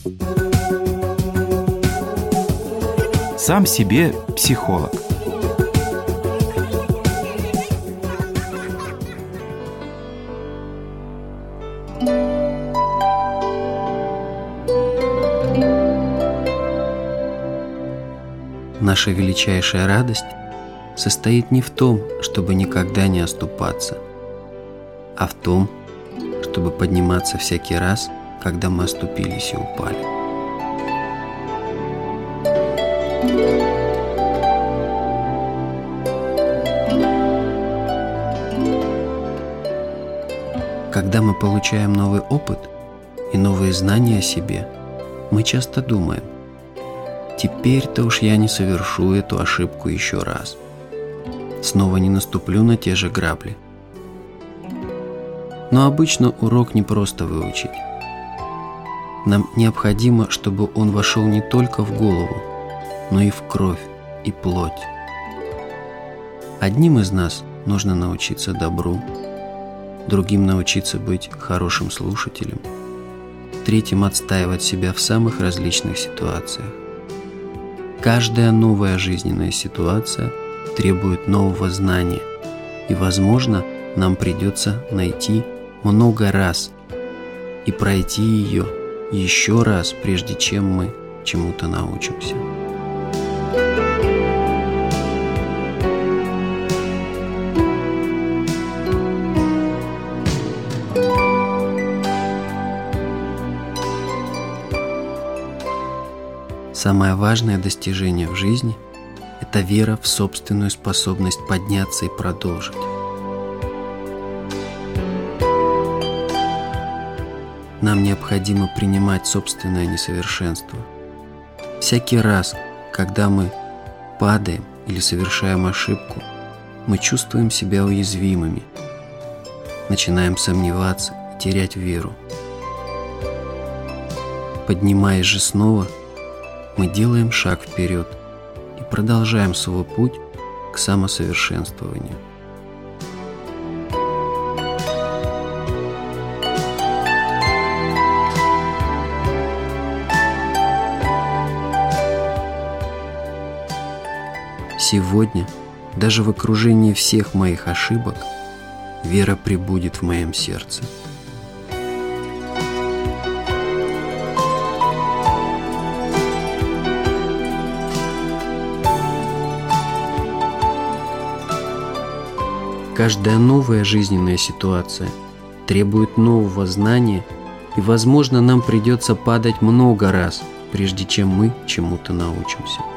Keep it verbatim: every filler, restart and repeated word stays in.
Сам себе психолог. Наша величайшая радость состоит не в том, чтобы никогда не оступаться, а в том, чтобы подниматься всякий раз, когда мы оступились и упали. Когда мы получаем новый опыт и новые знания о себе, мы часто думаем: теперь-то уж я не совершу эту ошибку еще раз. Снова не наступлю на те же грабли. Но обычно урок не просто выучить. Нам необходимо, чтобы он вошел не только в голову, но и в кровь и плоть. Одним из нас нужно научиться добру, другим научиться быть хорошим слушателем, третьим отстаивать себя в самых различных ситуациях. Каждая новая жизненная ситуация требует нового знания, и, возможно, нам придется найти много раз и пройти ее еще раз, прежде чем мы чему-то научимся. Самое важное достижение в жизни – это вера в собственную способность подняться и продолжить. Нам необходимо принимать собственное несовершенство. Всякий раз, когда мы падаем или совершаем ошибку, мы чувствуем себя уязвимыми, начинаем сомневаться и терять веру. Поднимаясь же снова, мы делаем шаг вперед и продолжаем свой путь к самосовершенствованию. Сегодня, даже в окружении всех моих ошибок, вера пребудет в моем сердце. Каждая новая жизненная ситуация требует нового знания, и, возможно, нам придется падать много раз, прежде чем мы чему-то научимся.